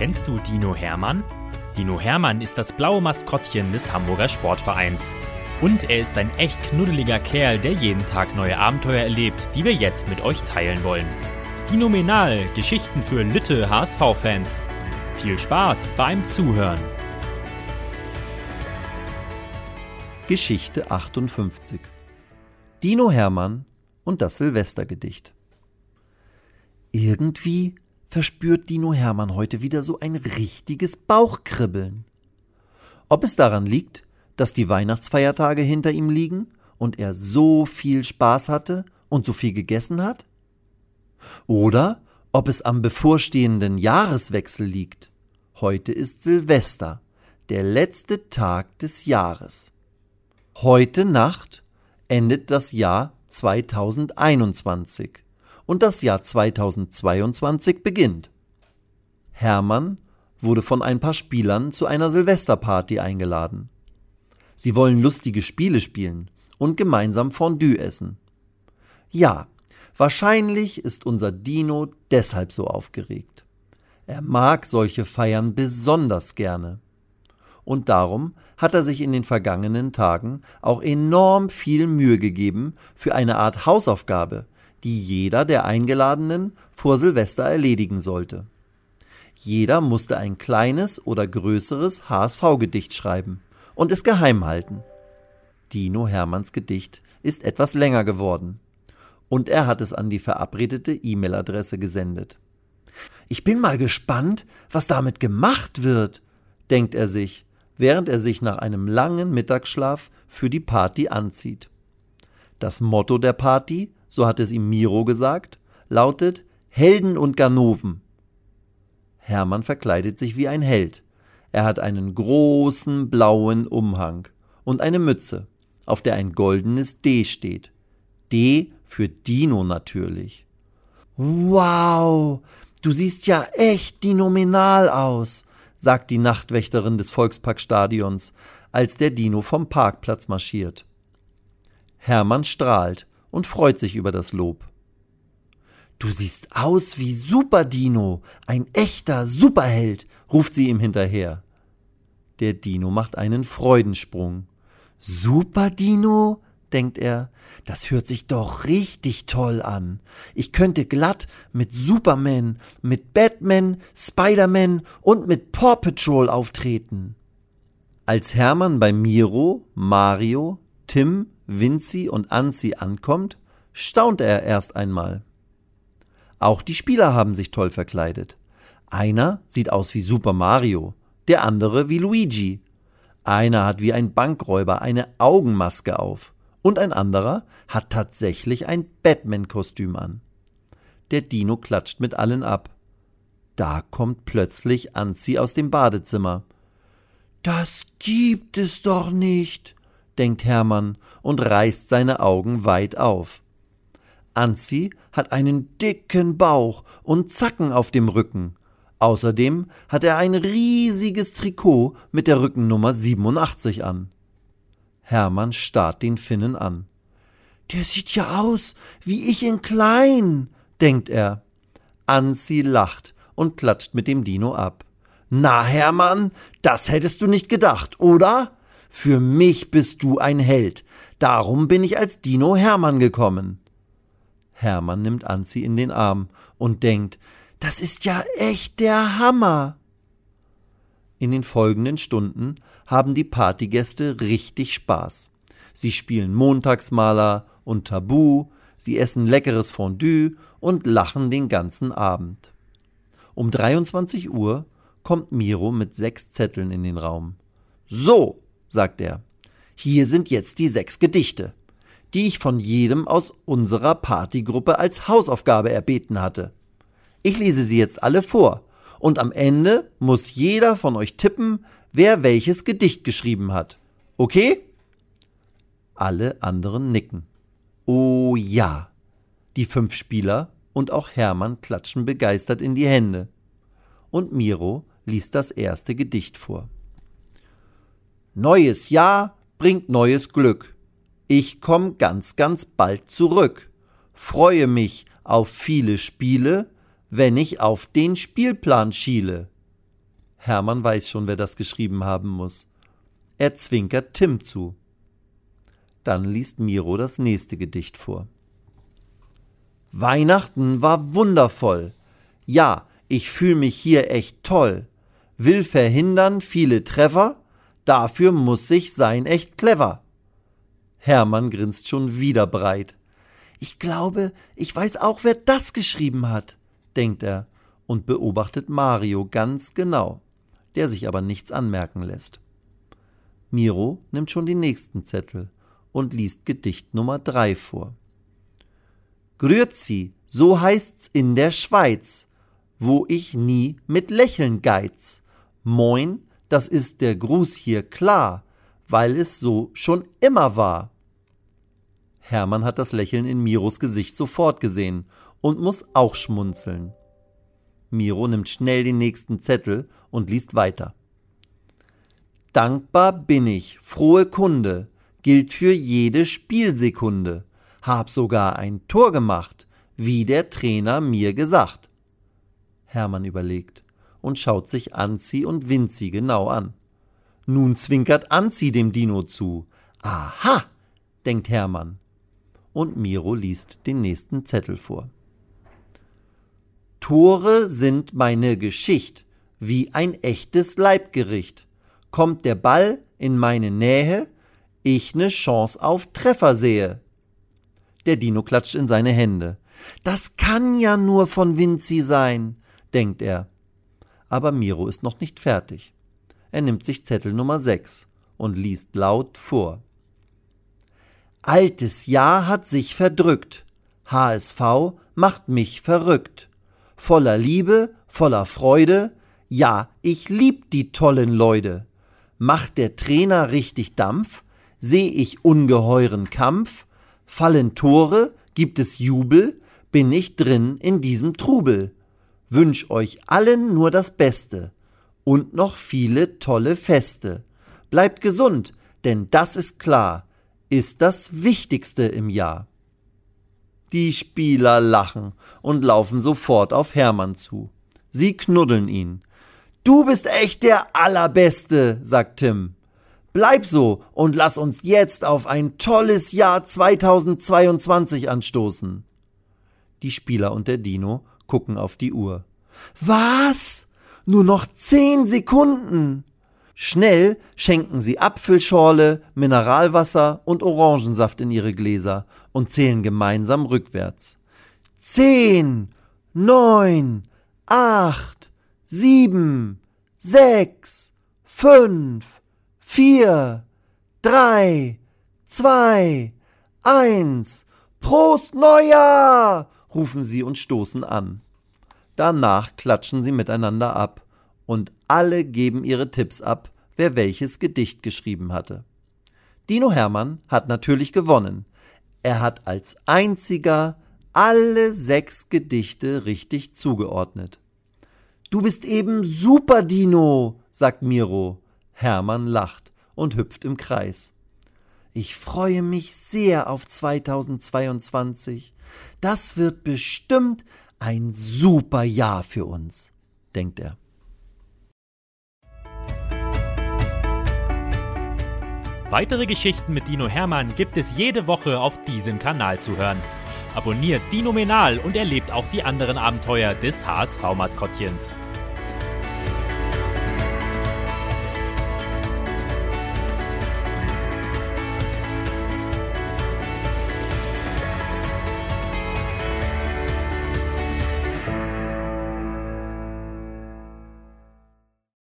Kennst du Dino Hermann? Dino Hermann ist das blaue Maskottchen des Hamburger Sportvereins. Und er ist ein echt knuddeliger Kerl, der jeden Tag neue Abenteuer erlebt, die wir jetzt mit euch teilen wollen. Dinomenal, Geschichten für Lütte HSV-Fans. Viel Spaß beim Zuhören. Geschichte 58. Dino Hermann und das Silvestergedicht. Irgendwie verspürt Dino Hermann heute wieder so ein richtiges Bauchkribbeln. Ob es daran liegt, dass die Weihnachtsfeiertage hinter ihm liegen und er so viel Spaß hatte und so viel gegessen hat? Oder ob es am bevorstehenden Jahreswechsel liegt. Heute ist Silvester, der letzte Tag des Jahres. Heute Nacht endet das Jahr 2021 und das Jahr 2022 beginnt. Hermann wurde von ein paar Spielern zu einer Silvesterparty eingeladen. Sie wollen lustige Spiele spielen und gemeinsam Fondue essen. Ja, wahrscheinlich ist unser Dino deshalb so aufgeregt. Er mag solche Feiern besonders gerne. Und darum hat er sich in den vergangenen Tagen auch enorm viel Mühe gegeben für eine Art Hausaufgabe, die jeder der Eingeladenen vor Silvester erledigen sollte. Jeder musste ein kleines oder größeres HSV-Gedicht schreiben und es geheim halten. Dino Hermanns Gedicht ist etwas länger geworden und er hat es an die verabredete E-Mail-Adresse gesendet. Ich bin mal gespannt, was damit gemacht wird, denkt er sich, während er sich nach einem langen Mittagsschlaf für die Party anzieht. Das Motto der Party, so hat es ihm Miro gesagt, lautet Helden und Ganoven. Hermann verkleidet sich wie ein Held. Er hat einen großen blauen Umhang und eine Mütze, auf der ein goldenes D steht. D für Dino natürlich. Wow, du siehst ja echt dinominal aus, sagt die Nachtwächterin des Volksparkstadions, als der Dino vom Parkplatz marschiert. Hermann strahlt und freut sich über das Lob. Du siehst aus wie Super Dino, ein echter Superheld, ruft sie ihm hinterher. Der Dino macht einen Freudensprung. Super Dino, denkt er, das hört sich doch richtig toll an. Ich könnte glatt mit Superman, mit Batman, Spider-Man und mit Paw Patrol auftreten. Als Hermann bei Miro, Mario, Tim, Vinci und Anzi ankommt, staunt er erst einmal. Auch die Spieler haben sich toll verkleidet. Einer sieht aus wie Super Mario, der andere wie Luigi. Einer hat wie ein Bankräuber eine Augenmaske auf und ein anderer hat tatsächlich ein Batman-Kostüm an. Der Dino klatscht mit allen ab. Da kommt plötzlich Anzi aus dem Badezimmer. Das gibt es doch nicht, denkt Hermann und reißt seine Augen weit auf. Anzi hat einen dicken Bauch und Zacken auf dem Rücken. Außerdem hat er ein riesiges Trikot mit der Rückennummer 87 an. Hermann starrt den Finnen an. Der sieht ja aus wie ich in klein, denkt er. Anzi lacht und klatscht mit dem Dino ab. Na Hermann, das hättest du nicht gedacht, oder? Für mich bist du ein Held. Darum bin ich als Dino Hermann gekommen. Hermann nimmt Anzi in den Arm und denkt, das ist ja echt der Hammer. In den folgenden Stunden haben die Partygäste richtig Spaß. Sie spielen Montagsmaler und Tabu, sie essen leckeres Fondue und lachen den ganzen Abend. Um 23 Uhr kommt Miro mit 6 Zetteln in den Raum. So, sagt er, hier sind jetzt die 6 Gedichte, die ich von jedem aus unserer Partygruppe als Hausaufgabe erbeten hatte. Ich lese sie jetzt alle vor und am Ende muss jeder von euch tippen, wer welches Gedicht geschrieben hat. Okay? Alle anderen nicken. Oh ja. Die 5 Spieler und auch Hermann klatschen begeistert in die Hände. Und Miro liest das erste Gedicht vor. Neues Jahr bringt neues Glück. Ich komm ganz, ganz bald zurück. Freue mich auf viele Spiele, wenn ich auf den Spielplan schiele. Hermann weiß schon, wer das geschrieben haben muss. Er zwinkert Tim zu. Dann liest Miro das nächste Gedicht vor. Weihnachten war wundervoll. Ja, ich fühl mich hier echt toll. Will verhindern viele Treffer, dafür muss ich sein echt clever. Hermann grinst schon wieder breit. Ich glaube, ich weiß auch, wer das geschrieben hat, denkt er und beobachtet Mario ganz genau, der sich aber nichts anmerken lässt. Miro nimmt schon den nächsten Zettel und liest Gedicht Nummer 3 vor. Grüezi, so heißt's in der Schweiz, wo ich nie mit Lächeln geiz. Moin, das ist der Gruß hier klar, weil es so schon immer war. Hermann hat das Lächeln in Miros Gesicht sofort gesehen und muss auch schmunzeln. Miro nimmt schnell den nächsten Zettel und liest weiter. Dankbar bin ich, frohe Kunde, gilt für jede Spielsekunde. Hab sogar ein Tor gemacht, wie der Trainer mir gesagt. Hermann überlegt und schaut sich Anzi und Vinzi genau an. Nun zwinkert Anzi dem Dino zu. Aha, denkt Hermann. Und Miro liest den nächsten Zettel vor. Tore sind meine Geschicht, wie ein echtes Leibgericht. Kommt der Ball in meine Nähe, ich ne Chance auf Treffer sehe. Der Dino klatscht in seine Hände. Das kann ja nur von Vinzi sein, denkt er. Aber Miro ist noch nicht fertig. Er nimmt sich Zettel Nummer 6 und liest laut vor. Altes Jahr hat sich verdrückt. HSV macht mich verrückt. Voller Liebe, voller Freude. Ja, ich lieb die tollen Leute. Macht der Trainer richtig Dampf? Seh ich ungeheuren Kampf? Fallen Tore? Gibt es Jubel? Bin ich drin in diesem Trubel? Wünsch euch allen nur das Beste und noch viele tolle Feste. Bleibt gesund, denn das ist klar, ist das Wichtigste im Jahr. Die Spieler lachen und laufen sofort auf Hermann zu. Sie knuddeln ihn. Du bist echt der Allerbeste, sagt Tim. Bleib so und lass uns jetzt auf ein tolles Jahr 2022 anstoßen. Die Spieler und der Dino gucken auf die Uhr. Was? Nur noch 10 Sekunden! Schnell schenken sie Apfelschorle, Mineralwasser und Orangensaft in ihre Gläser und zählen gemeinsam rückwärts. 10, 9, 8, 7, 6, 5, 4, 3, 2, 1. Prost Neujahr! Rufen sie und stoßen an. Danach klatschen sie miteinander ab und alle geben ihre Tipps ab, wer welches Gedicht geschrieben hatte. Dino Hermann hat natürlich gewonnen. Er hat als einziger alle 6 Gedichte richtig zugeordnet. Du bist eben super, Dino, sagt Miro. Hermann lacht und hüpft im Kreis. Ich freue mich sehr auf 2022. Das wird bestimmt ein super Jahr für uns, denkt er. Weitere Geschichten mit Dino Hermann gibt es jede Woche auf diesem Kanal zu hören. Abonniert Dinomenal und erlebt auch die anderen Abenteuer des HSV-Maskottchens.